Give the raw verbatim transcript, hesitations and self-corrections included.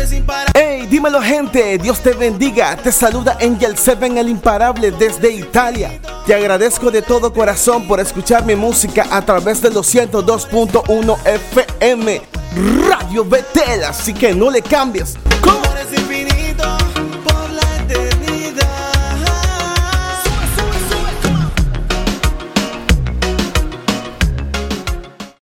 Hey, dímelo gente, Dios te bendiga. Te saluda Angel Seven, el imparable desde Italia. Te agradezco de todo corazón por escuchar mi música a través de los ciento dos punto uno F M Radio Betel, así que no le cambies.